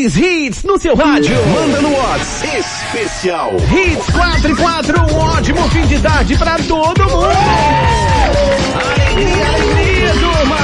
mais hits no seu rádio. Manda no WhatsApp especial. Hits 44, um ótimo fim de tarde pra todo mundo. Alegria, alegria, turma.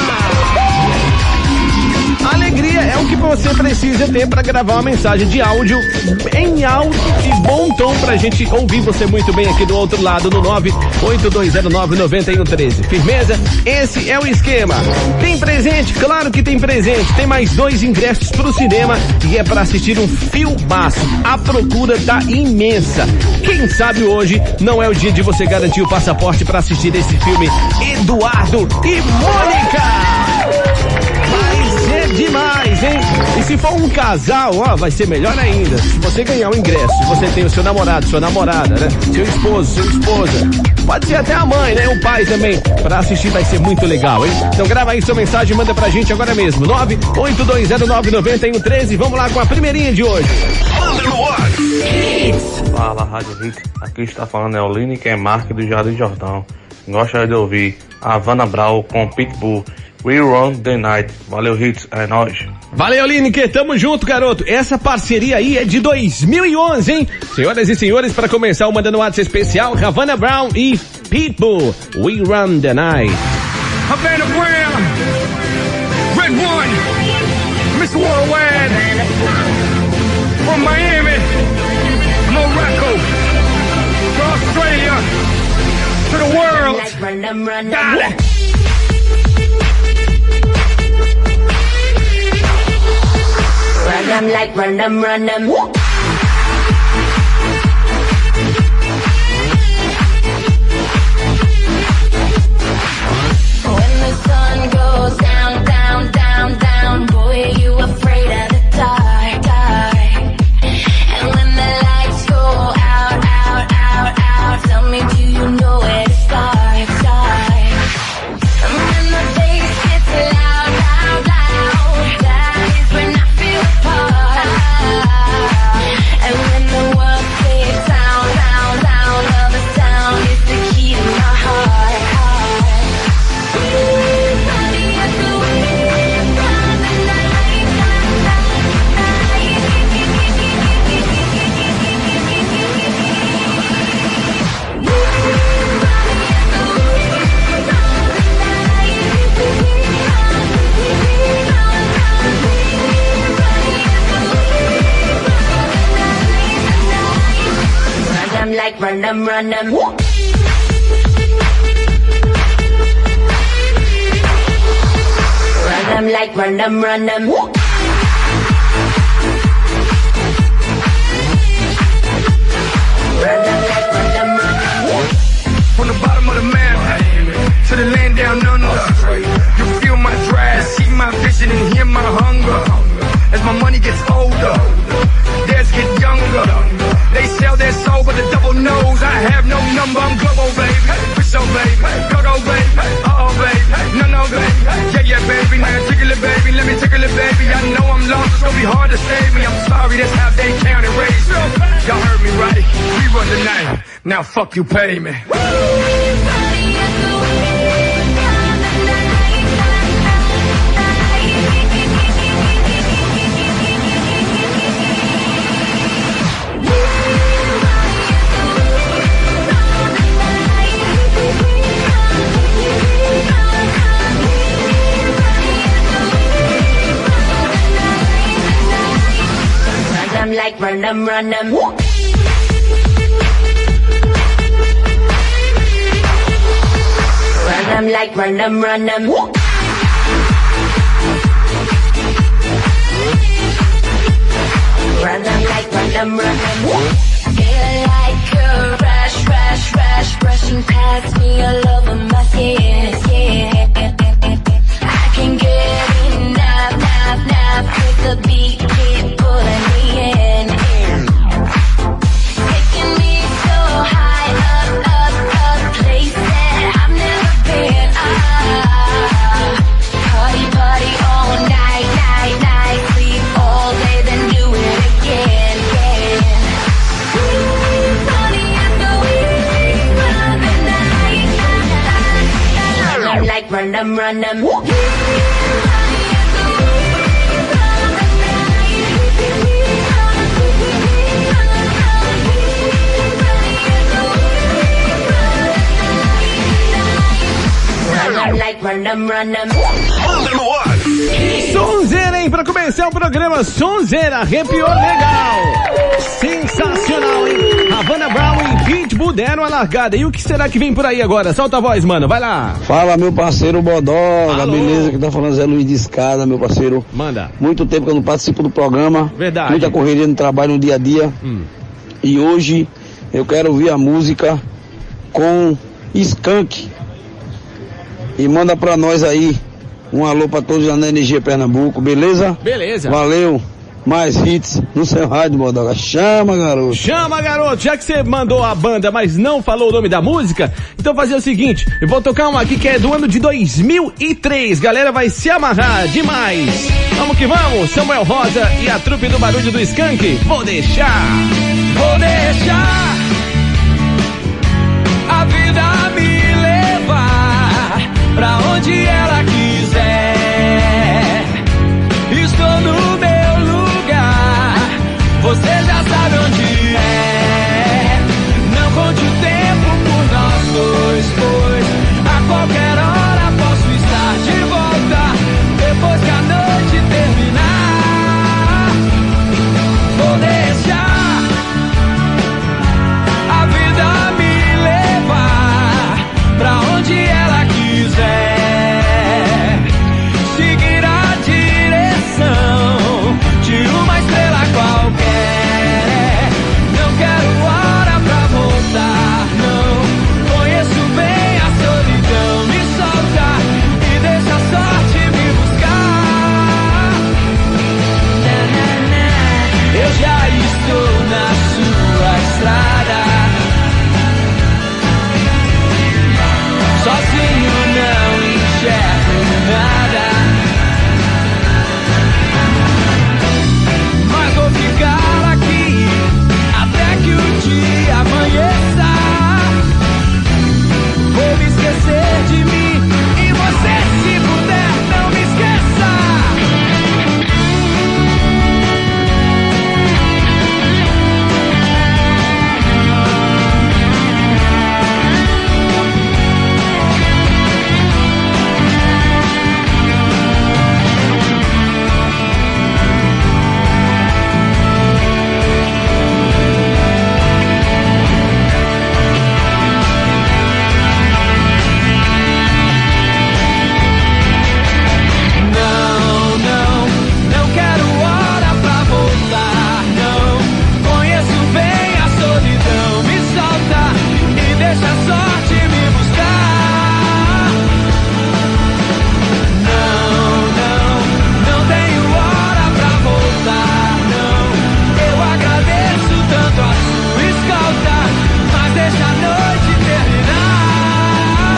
Alegria é o que você precisa ter para gravar uma mensagem de áudio em alto e bom tom pra gente ouvir você muito bem aqui do outro lado no 982099113. Firmeza? Esse é o esquema. Tem presente? Claro que tem presente. Tem mais 2 ingressos pro cinema e é para assistir um filmaço. A procura tá imensa. Quem sabe hoje não é o dia de você garantir o passaporte para assistir esse filme Eduardo e Mônica. Demais, hein? E se for um casal, ó, vai ser melhor ainda. Se você ganhar o ingresso, se você tem o seu namorado, sua namorada, né? Seu esposo, sua esposa. Pode ser até a mãe, né? O pai também. Pra assistir vai ser muito legal, hein? Então grava aí sua mensagem e manda pra gente agora mesmo. 982099113. Vamos lá com a primeirinha de hoje. Manda no WhatsApp. Fala, Rádio Hits. Aqui está falando é o Lineker Marques do Jardim Jordão. Gostaria de ouvir a Havana Brown com Pitbull. We Run the Night. Valeu, Hits, é nóis. Valeu, Lineker, tamo junto, garoto. Essa parceria aí é de 2011, hein? Senhoras e senhores, para começar o Mandando WhatsApp especial, Havana Brown e Pitbull, We Run the Night. Havana Brown, Red One, Mr. Worldwide, from Miami, Morocco, to Australia, to the world. Dale. Run them like run them, run them. When the sun goes down, down, down, down, boy, you afraid of the dark, dark. And when the lights go out, out, out, out, tell me, do you know where to start, start? And when the bass gets loud, loud, loud, that is when I feel the part. And when the world plays down, down, down, love the sound is the key to my heart, heart. Party at the wheel, run the night, night, night, night. Run them like run them, run them. Run them like run them, run them. Run them like run them, run them. From the bottom of the map to the land down under. You feel my drive, see my vision and hear my hunger. As my money gets older, theirs get younger. They sell their soul but the devil knows I have no number. I'm global, baby, for sure, baby. Go, baby, uh-oh, baby, no, baby. Yeah, baby, now tickle it, baby, let me tickle it, baby. I know I'm lost, it's gonna be hard to save me. I'm sorry, that's how they count and raise me. Y'all heard me right, we run the night. Now fuck you, pay me. Run them like run them, run them. Run them like run them, run them. Run them like run them, run them. Feel like a rush, rush, rush, rushing past me all over my skin, yeah. I can get enough, enough, enough with the beat, keep pulling me in. Taking me so high up, up, up, place that I've never been. Party, party all night, night, night, sleep all day, then do it again, again. Party at the wheel, run the night, run them like run them, run them. Party at the wheel, run the night. I'm like run them. Manda no ar. Sonzeira, hein? Pra começar o programa, Sonzeira, arrepiou legal. Sensacional, hein? Havana Brown e Pitbull deram a largada. E o que será que vem por aí agora? Solta a voz, mano, vai lá. Fala, meu parceiro Bodoga, Alô. beleza? Que tá falando Zé Luiz de Escada, meu parceiro. Manda. Muito tempo que eu não participo do programa. Verdade. Muita correria no trabalho no dia a dia. E hoje eu quero ouvir a música com Skank. E manda pra nós aí um alô pra todos lá na Energia Pernambuco, beleza? Beleza. Valeu. Mais hits no seu rádio, Bodoga. Chama, garoto. Chama, garoto. Já que você mandou a banda, mas não falou o nome da música, então fazer o seguinte, eu vou tocar uma aqui que é do ano de 2003. Galera vai se amarrar demais. Vamos que vamos. Samuel Rosa e a trupe do Barulho do Skank. Vou deixar a vida me levar pra onde ela quiser. Estou no meu lugar, você já sabe onde é. Não conte o tempo por nós dois, pois a qualquer hora posso estar de volta, depois que a noite terminar. Vou deixar a vida me levar pra onde ela quiser, seguir a direção de uma estrela qualquer. Não quero hora pra voltar, não conheço bem a solidão. Me solta e deixa a sorte me buscar. Eu já estou na sua estrada, sozinho não enxergo nada, mas vou ficar aqui até que o dia amanheça. Vou me esquecer de mim e você, se puder, não me esqueça. Não quero hora pra voltar, não conheço bem a solidão. Me solta e deixa a sorte me buscar. Não tenho hora pra voltar, não. Eu agradeço tanto a sua escolta, mas deixa a noite terminar.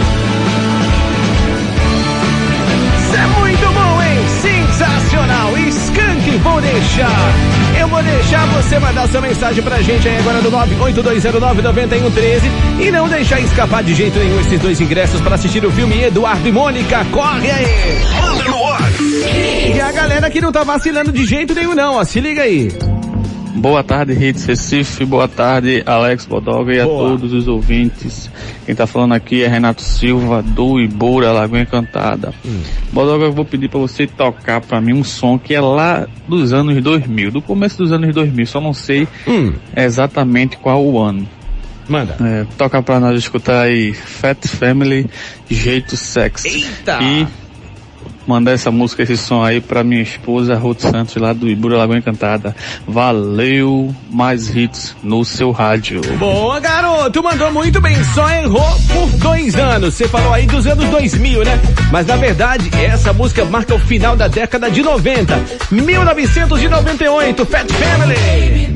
Isso é muito bom, hein? Sensacional. Skank, vou deixar. Eu vou deixar você mandar sua mensagem pra gente aí agora no 982099113 e não deixar escapar de jeito nenhum esses dois ingressos pra assistir o filme Eduardo e Mônica. Corre aí. Manda no ar. E a galera que não tá vacilando de jeito nenhum não, ó. Se liga aí. Boa tarde, Hits Recife, boa tarde, Alex Bodoga e a Boa. todos os ouvintes. Quem tá falando aqui é Renato Silva, do Ibura, Lagoa Encantada. Bodoga, eu vou pedir pra você tocar pra mim um som que é lá dos anos 2000, do começo dos anos 2000, só não sei exatamente qual o ano. Manda. Toca pra nós escutar aí Fat Family, Jeito Sexy. Eita! E mandar essa música, esse som aí pra minha esposa Ruth Santos, lá do Ibura, Lagoa Encantada. Valeu, mais hits no seu rádio. Boa, garoto, mandou muito bem, só errou por 2 anos. Você falou aí dos anos 2000, né? Mas na verdade, essa música marca o final da década de 90. 1998, Fat Family.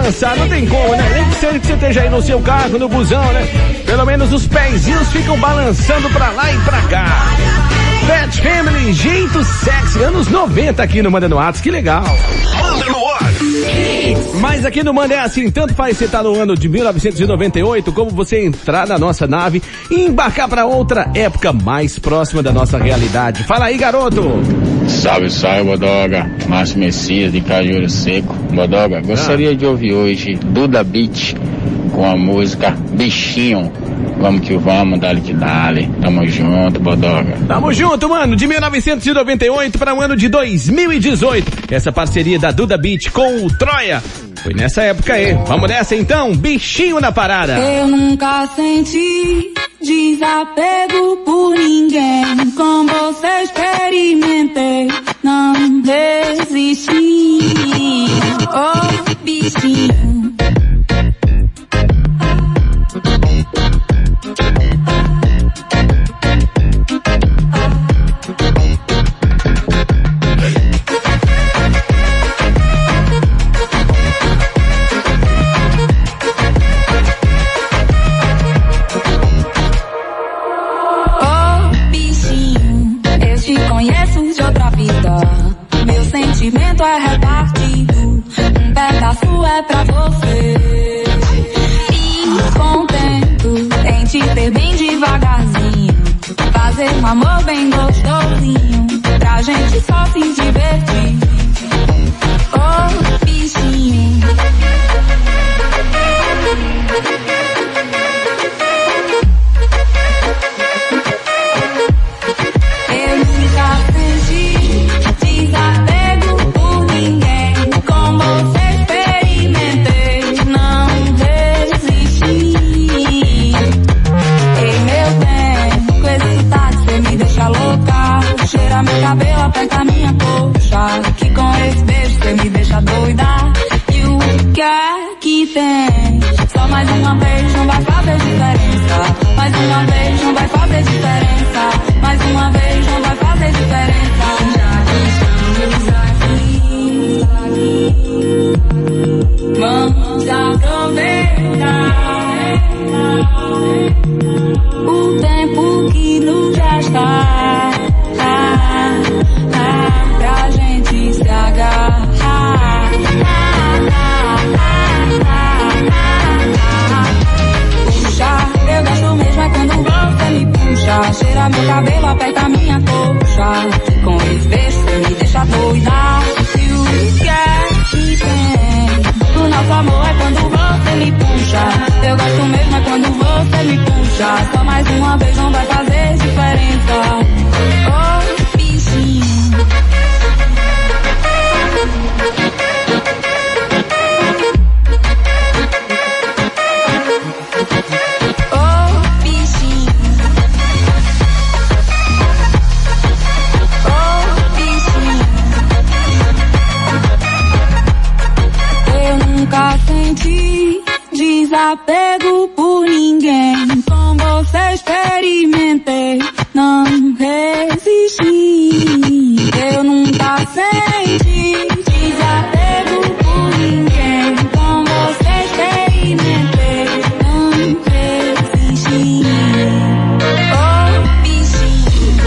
balançar, não tem como, né? Nem que seja que você esteja aí no seu carro, no busão, né? Pelo menos os pezinhos ficam balançando pra lá e pra cá. Fat Family, jeito sexy, anos 90 aqui no Manda no Atos, que legal. Manda no ar. Mas aqui no Manda é assim, tanto faz você tá no ano de 1998, como você entrar na nossa nave e embarcar pra outra época mais próxima da nossa realidade. Fala aí, garoto! Salve, salve, Bodoga. Márcio Messias, de Cajuru Seco. Bodoga, gostaria de ouvir hoje Duda Beat com a música Bichinho. Vamos que vamos, dale que dale. Tamo junto, Bodoga. Tamo junto, mano. De 1998 para o ano de 2018. Essa parceria da Duda Beat com o Troia foi nessa época aí. Vamos nessa então, Bichinho na parada. Eu nunca senti desapego por ninguém. Com você experimentei, não resisti. Oh, bichinho. Sentimento é repartido, um pedaço é pra você. E contento em te ter bem devagarzinho, fazer um amor bem gostosinho, pra gente só se divertir. Oh, bichinho. Eu nunca senti desapego por ninguém. Com você experimentei, não resisti. Ei, meu bem, com esse sotaque cê me deixa louca. Cheira meu cabelo, aperta minha coxa, que com esse beijo cê me deixa doida. E o que é que tem? Só mais uma vez não vai fazer diferença. Mais uma vez não vai fazer diferença. Mais uma vez não vai fazer diferença. Já que estamos aqui, vamos aproveitar o tempo que nos resta pra gente se agarrar. Puxa, eu gosto mesmo é quando você me puxa. Cheira meu cabelo, aperta minha coxa, que com esse beijo você me deixa doida. E o que é que tem? O nosso amor é quando você me puxa. Eu gosto mesmo é quando você me puxa. Só mais uma vez não vai fazer diferença. Oh, bichinho. Nunca senti desapego por ninguém. Com você experimentei, não resisti. Eu nunca senti desapego por ninguém. Com você experimentei, não resisti. Oh, bichinho.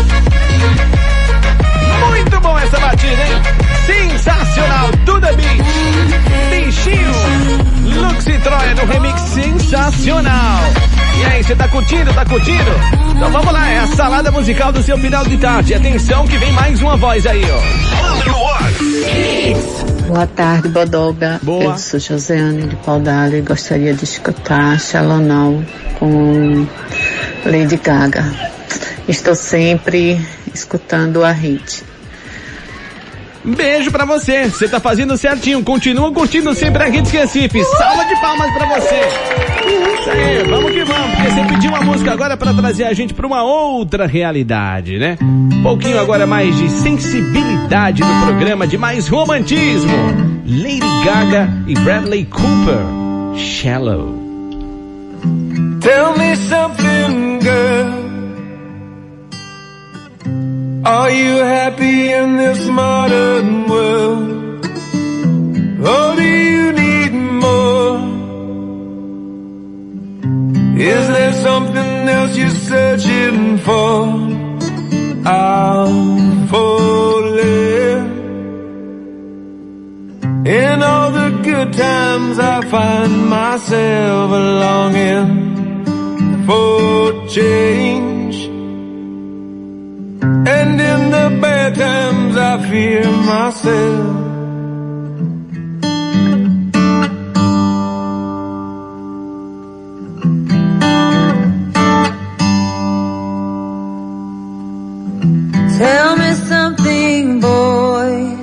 Muito bom essa batida, hein? Sensacional, Duda Beat, Bichinho, Lux e Troia no remix sensacional. E aí, você tá curtindo? Tá curtindo? Então vamos lá, é a salada musical do seu final de tarde. Atenção que vem mais uma voz aí, ó. Manda no ar. Boa tarde, Bodoga. Boa. Eu sou Josiane de Paudalho e gostaria de escutar Shallow Now com Lady Gaga. Estou sempre escutando a hit. Beijo pra você, você tá fazendo certinho, continua curtindo sempre a Hits Recife. Salva de palmas pra você. Isso aí, vamos que vamos, porque você pediu uma música agora pra trazer a gente pra uma outra realidade, né? Um pouquinho agora mais de sensibilidade no programa, de mais romantismo. Lady Gaga e Bradley Cooper, Shallow. Tell me something, girl. Are you happy in this modern world? Or do you need more? Is there something else you're searching for? I'm falling. In all the good times I find myself longing for change, and in the bad times I fear myself. Tell me something, boy.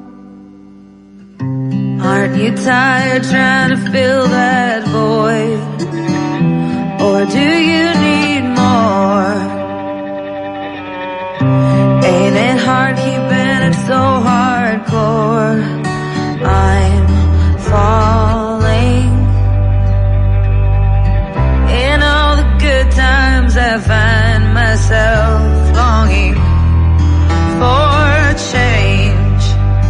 Aren't you tired trying to fill that void? Or do you need more? Ain't it hard keeping it so hardcore? I'm falling. In all the good times I find myself longing for change,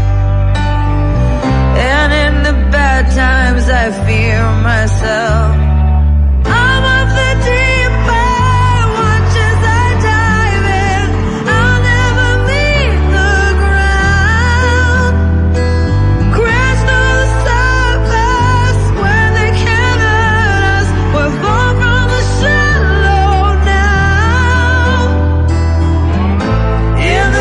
and in the bad times I fear myself. I'm of the deep end, watch as I dive in. I'll never meet the ground. Crash through the surface where they can't hurt us. We're far from the shallow now. In the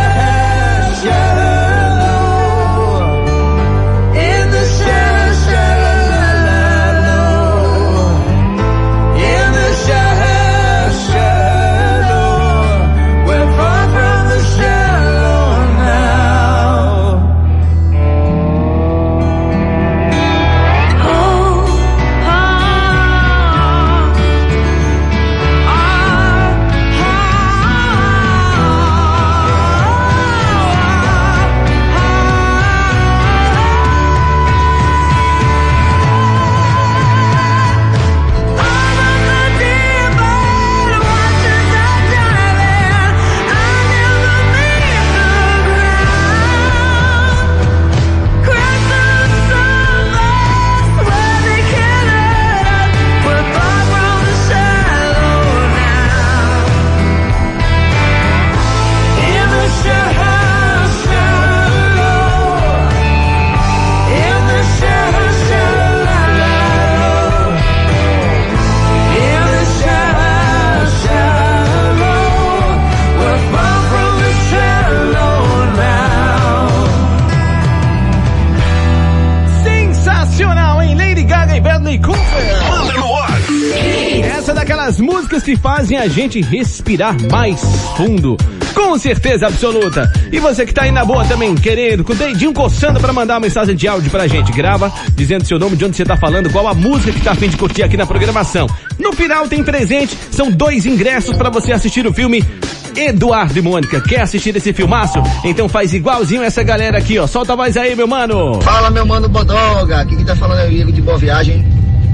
As músicas que fazem a gente respirar mais fundo, com certeza absoluta. E você que tá aí na boa também, querendo, com o dedinho coçando pra mandar uma mensagem de áudio pra gente, grava, dizendo seu nome, de onde você tá falando, qual a música que tá a fim de curtir aqui na programação. No final tem presente, são 2 ingressos pra você assistir o filme Eduardo e Mônica. Quer assistir esse filmaço? Então faz igualzinho essa galera aqui, ó. Solta a voz aí, meu mano. Fala, meu mano Bodoga, aqui quem tá falando é o Igor de Boa Viagem.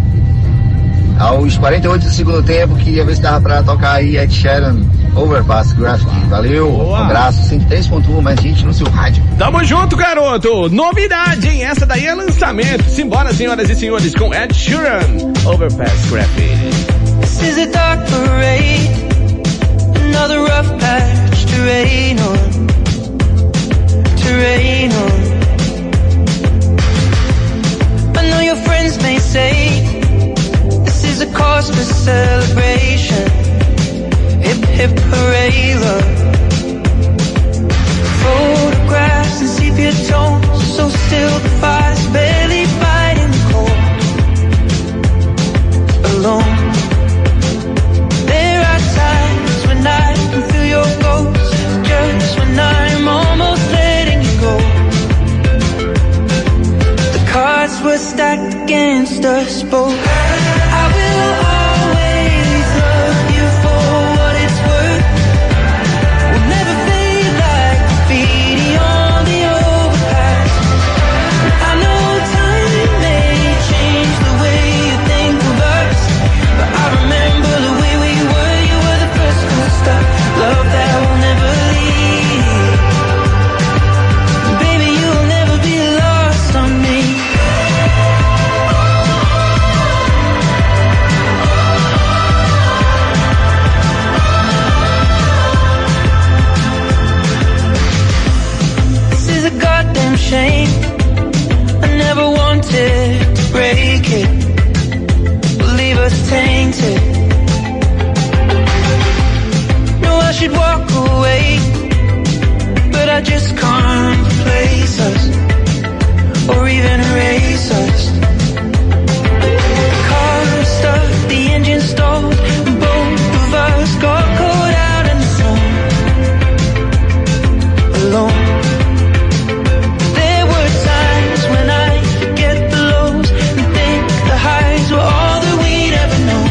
Aos 48 do segundo tempo, queria ver se dava pra tocar aí Ed Sheeran, Overpass Graffiti. Valeu, boa. Um abraço, 103.1, mais gente no seu rádio. Tamo junto, garoto. Novidade, hein? Essa daí é lançamento. Simbora, senhoras e senhores, com Ed Sheeran, Overpass Graffiti. This is a dark parade, another rough patch to rain on, to rain on. I know your friends may say this is a cause for celebration. Hip hip hooray, love. Photographs and sepia tones, so still the fire's barely fighting the cold. Alone. There are times when I can feel your ghost, just when I'm almost letting you go. The cards were stacked against us both. I will always love you for what it's worth. We'll never fade like graffiti on the overpass. I know fainted. No, I should walk away, but I just can't replace us or even erase us. The car stopped, the engine stalled, and both of us got caught out in the sun, alone. There were times when I forget the lows and think the highs were all that we'd ever known.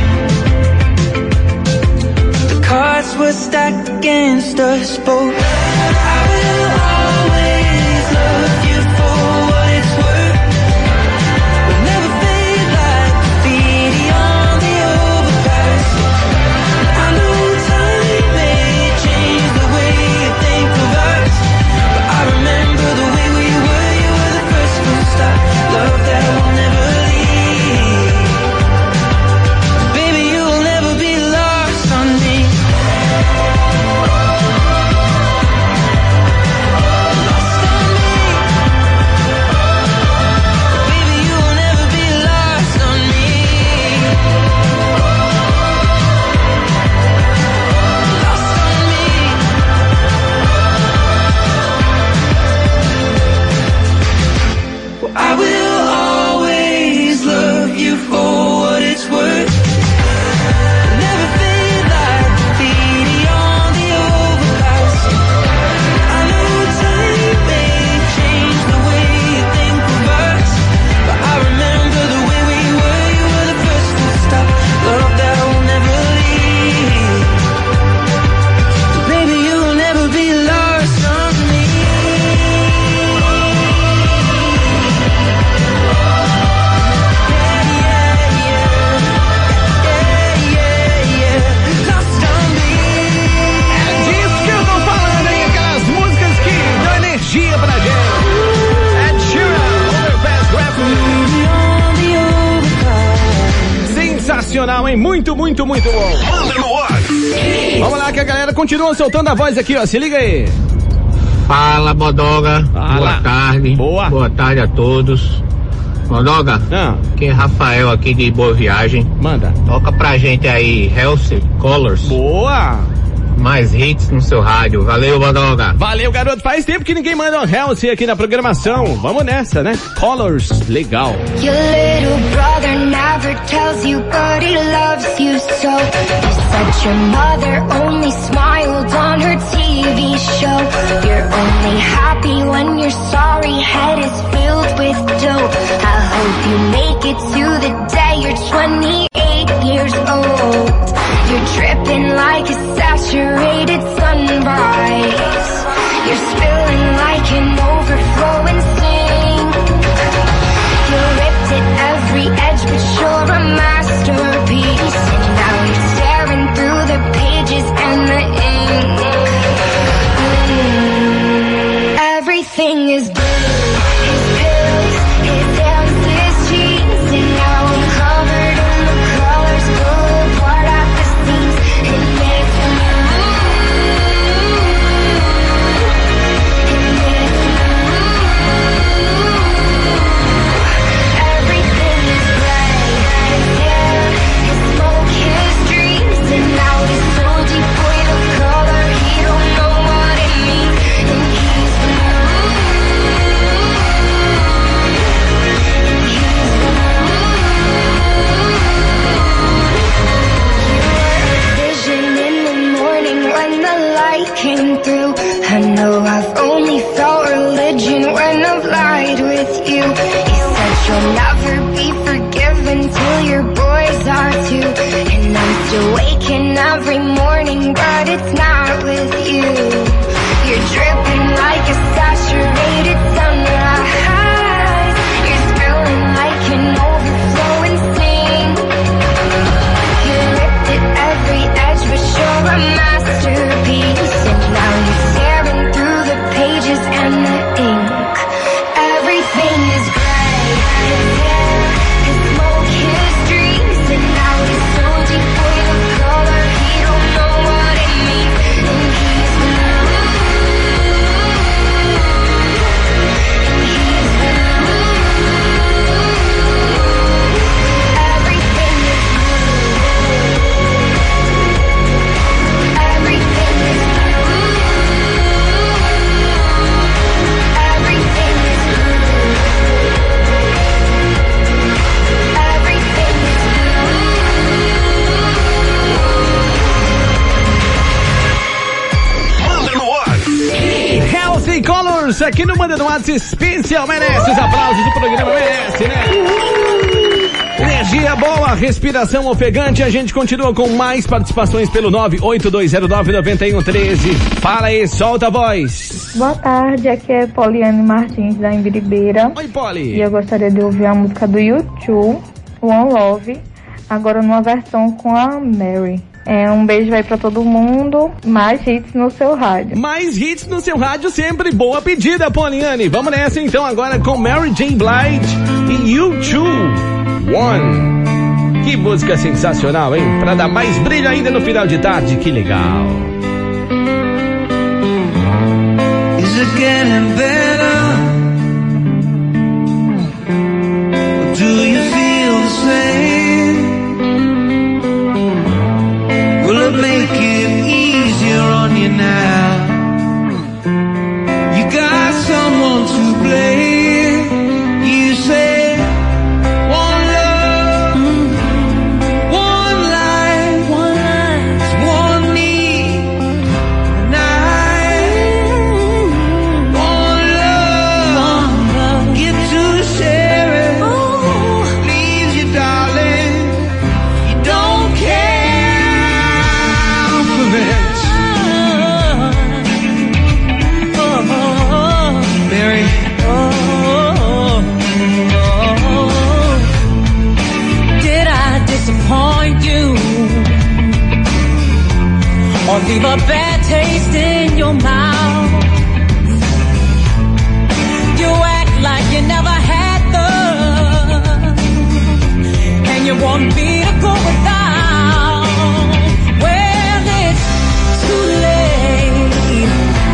The cards were stacked against us both. I will always love you for what it's worth. We'll never fade like graffiti on the overpass. I know time may change the way you think of us, but I remember the way we were. You were the first full stop, love that will never leave. Baby, you will never be lost on me. I will always love you for what it's worth. Never fade like graffiti on the overpass. I know time may change the way you think of us, but I remember the way we were. You were the first to stop, love that will never leave. Baby, you will never be lost on me. Dia pra gente. Ed Sheeran, Overpass Graffiti. Sensacional, hein? Muito, muito, muito bom. Manda no ar. Vamos lá que a galera continua soltando a voz aqui, ó. Se liga aí. Fala, Bodoga. Fala. Boa tarde. Boa tarde a todos. Bodoga, aqui é Rafael aqui de Boa Viagem. Manda. Toca pra gente aí, Healthy Colors. Boa. Mais hits no seu rádio. Valeu, Bodoga. Valeu, garoto. Faz tempo que ninguém manda um Healthy aqui na programação. Vamos nessa, né? Colors, legal. Your little brother never tells you, but he loves you so. You said your mother only smiled on her TV show. You're only happy when your sorry head is filled with dope. I hope you make it to the day you're 28 years old. You're dripping like a saturated sunrise. You're spilling like an overflowing sink. You're ripped at every edge, but you're a masterpiece. And now you're staring through the pages and the ink. Everything is blue. His pills, his hands, his jeans. And now I'm covered in the colors, pull apart at the seams. It makes me everything is gray. His hair, his smoke, his dreams. And now he's so devoid of color, he don't know what it means. And he's vision in the morning when the light came through. I know I've only felt religion when I've lied with you. You said you'll never be forgiven till your boys are too. And I'm still waking every morning, but it's not with you. You're dripping like a saturated sunrise. You're spilling like an overflowing sink. You're ripped at every edge, but you're a masterpiece. And now you're staring through the pages and the ink. Everything is gray. His hair, his smoke, his dreams. And now he's so devoid of color, he don't know what it means. And he's blue. DJ Colors aqui no Manda no WhatsApp especial, merece os aplausos do programa, merece, né? Energia boa, respiração ofegante, a gente continua com mais participações pelo 982099113. Fala aí, solta a voz. Boa tarde, aqui é Poliane Martins da Imbiribeira. Oi, Poli. E eu gostaria de ouvir a música do U2, One Love, agora numa versão com a Mary. Um beijo aí pra todo mundo, mais hits no seu rádio. Mais hits no seu rádio sempre, boa pedida, Poliane. Vamos nessa então agora com Mary J. Blige e U2, One. Que música sensacional, hein? Pra dar mais brilho ainda no final de tarde, que legal. Is it getting better? Or do you feel the same? Will it make it easier on you now? You got someone to blame. You say one love, one life, one need, and one love, get to share it. Leaves you, darling, you don't care for this. Mary. Did I disappoint you or leave a bad taste in your mouth? You act like you never had love, and you want me to go without. Well, it's too late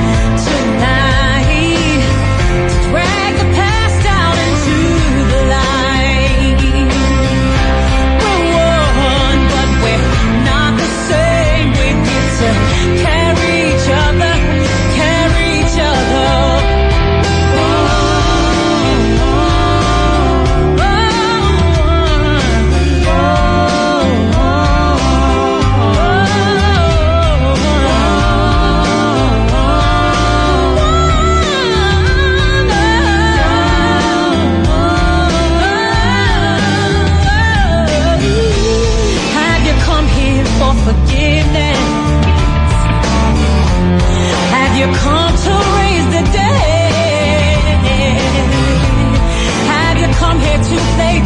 tonight to drag the past out into the light. We're one, but we're not the same. We get to carry each other, carry each other. Have you come here for forgiveness? Have you come to raise the dead? Have you come here to play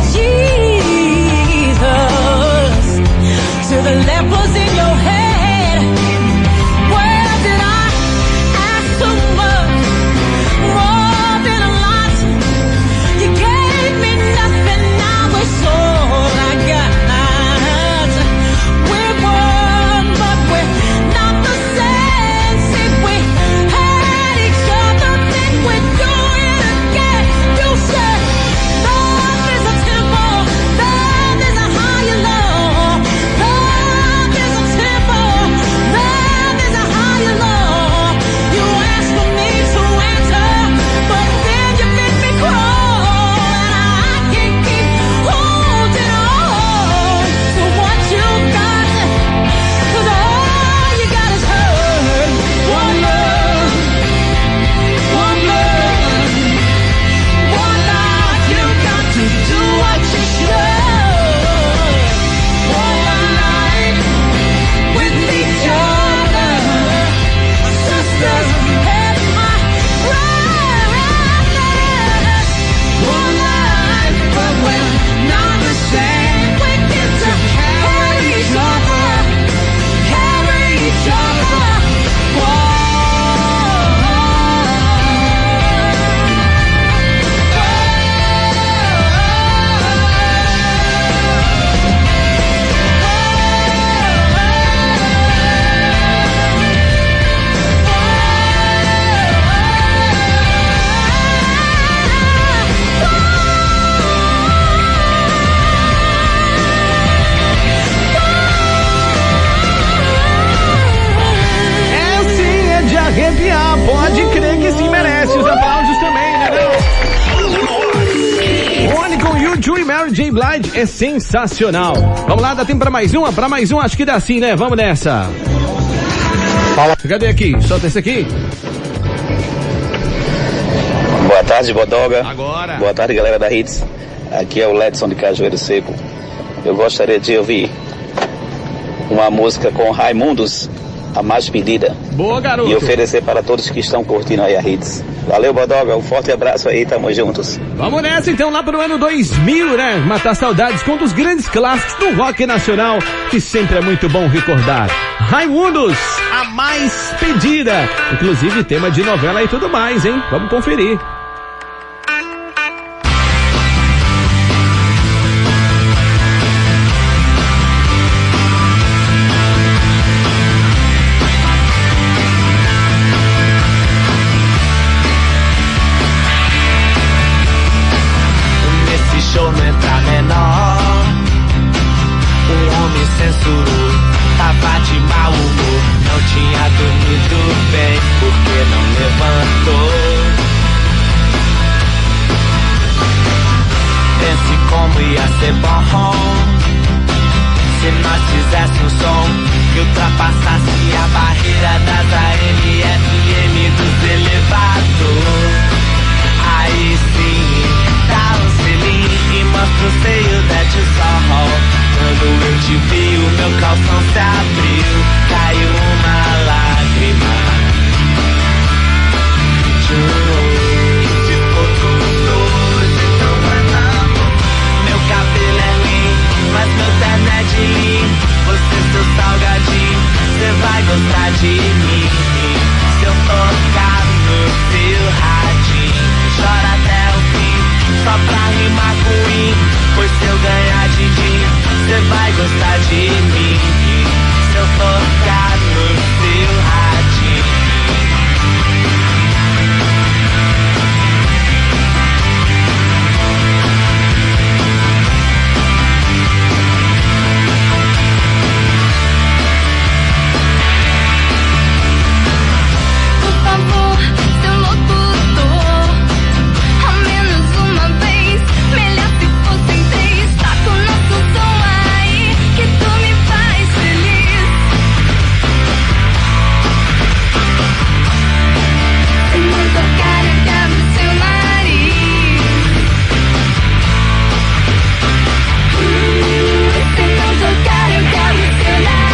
Jesus to the lepers in your head? Well, did I ask so much more than a lot? You gave me nothing, now it's all I got. We're one, but we're not the same. See, we had each other, then we're doing it again. You said love is a temple, love is a higher law. Love is a temple, love is a higher law. You asked for me to enter, but then you made me crawl, and I can't keep holding on to what you got, 'cause all you got is hurt. One love, one love, one life. You got to do what you should. One life with each other, sisters, head my brothers. One life, but we're not the same. We get to carry each other, carry each other. É sim, é de arrepiar, pode crer que sim, merece os aplausos também, né? O único U2 e Mary J. Blige é sensacional. Vamos lá, dá tempo pra mais uma? Pra mais um, acho que dá sim, né? Vamos nessa. Fala. Cadê aqui? Solta esse aqui. Boa tarde, Bodoga. Agora. Boa tarde, galera da Hits. Aqui é o Ledson de Cajueiro Seco. Eu gostaria de ouvir uma música com Raimundos, A Mais Pedida. Boa, garoto. E oferecer para todos que estão curtindo aí a Hits. Valeu, Bodoga. Um forte abraço aí, tamo juntos. Vamos nessa então, lá pro ano 2000, né? Matar saudades com um dos grandes clássicos do rock nacional, que sempre é muito bom recordar. Raimundos, A Mais Pedida. Inclusive tema de novela e tudo mais, hein? Vamos conferir. Show não entra menor. Um homem censurou, tava de mau humor. Não tinha dormido bem, porque não levantou. Pense como ia ser bom se nós fizéssemos um som que ultrapassasse a barreira das AM, FM, dos elevadores. Aí sim, dá um selinho e mostra o seio da sol. Quando eu te vi, o meu calção se abriu, caiu uma lágrima. Ficou tudo hoje tão banal. Meu cabelo é ruim, mas meu terno é de linho. Você, seu salgadinho, você vai gostar de mim. Se eu tocar no seu radinho, chora até o fim, só pra rimar com i. Pois se eu ganhar din-din, cê vai gostar de mim. Se eu tocar no seu radinho. Por favor, seu locutor, ao menos uma vez, melhor se fossem três. Taca o nosso som aí, que tu me faz feliz. Se não tocar, eu quebro seu nariz. Se não tocar, eu quebro seu nariz.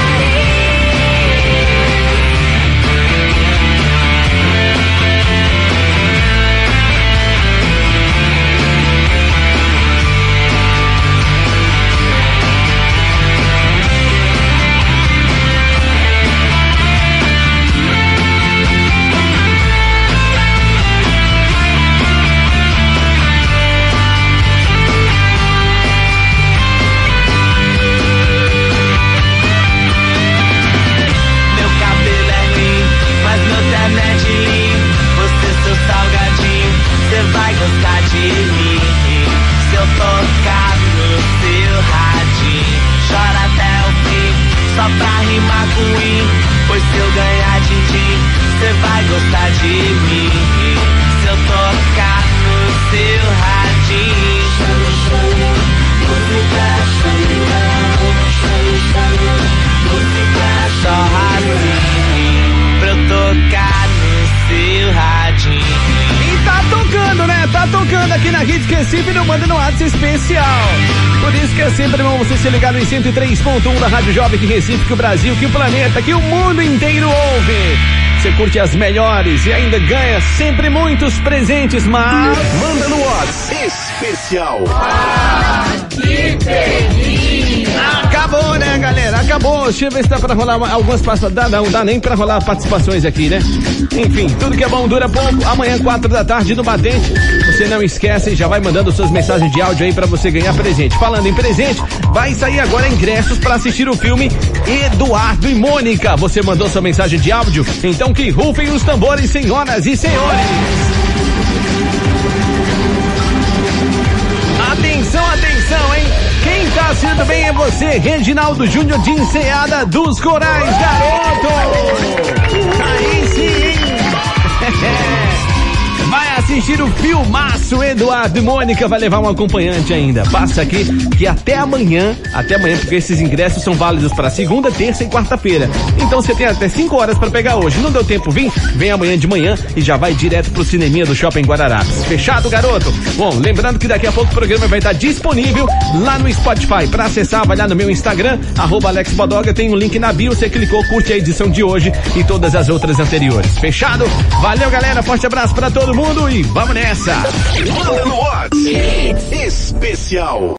Meu cabelo é ruim, mas meu terno é de linho. Você, seu salgadinho, cê vai gostar de mim. Se eu tocar no seu radinho, chora até o fim, só pra rimar com i. Pois se eu ganhar din-din, cê vai gostar de mim. Se eu tocar no seu radinho, só radinho, pra eu tocar no seu radinho. E tá tocando, né? Tá tocando aqui na Hits Recife no Manda no WhatsApp especial. Por isso que é sempre bom você se ligar no 103.1 da Rádio Jovem, que Recife, que o Brasil, que o planeta, que o mundo inteiro ouve. Você curte as melhores e ainda ganha sempre muitos presentes, mas... Manda no WhatsApp especial. Acabou, né, galera? Acabou. Deixa eu ver se dá pra rolar algumas participações. Não dá nem pra rolar participações aqui, né? Enfim, tudo que é bom dura pouco. Amanhã, 4 da tarde, no Batente. Você não esquece, já vai mandando suas mensagens de áudio aí pra você ganhar presente. Falando em presente, vai sair agora ingressos pra assistir o filme Eduardo e Mônica. Você mandou sua mensagem de áudio? Então que rufem os tambores, senhoras e senhores. Atenção, atenção, hein? Quem tá sendo bem é você, Reginaldo Júnior de Enseada dos Corais, garoto! Aí sim, hein? Vai assistir o filmaço. Eduardo e Mônica vai levar um acompanhante ainda. Passa aqui que até amanhã, porque esses ingressos são válidos para segunda, terça e quarta-feira. Então você tem até 5 horas para pegar hoje. Não deu tempo vir? Vem amanhã de manhã e já vai direto pro cineminha do Shopping Guararapes. Fechado, garoto? Bom, lembrando que daqui a pouco o programa vai estar disponível lá no Spotify. Para acessar, vai lá no meu Instagram, @AlexBodoga, tem um link na bio, você clicou, curte a edição de hoje e todas as outras anteriores. Fechado? Valeu, galera, forte abraço para todo mundo e vamos nessa! Manda no WhatsApp especial.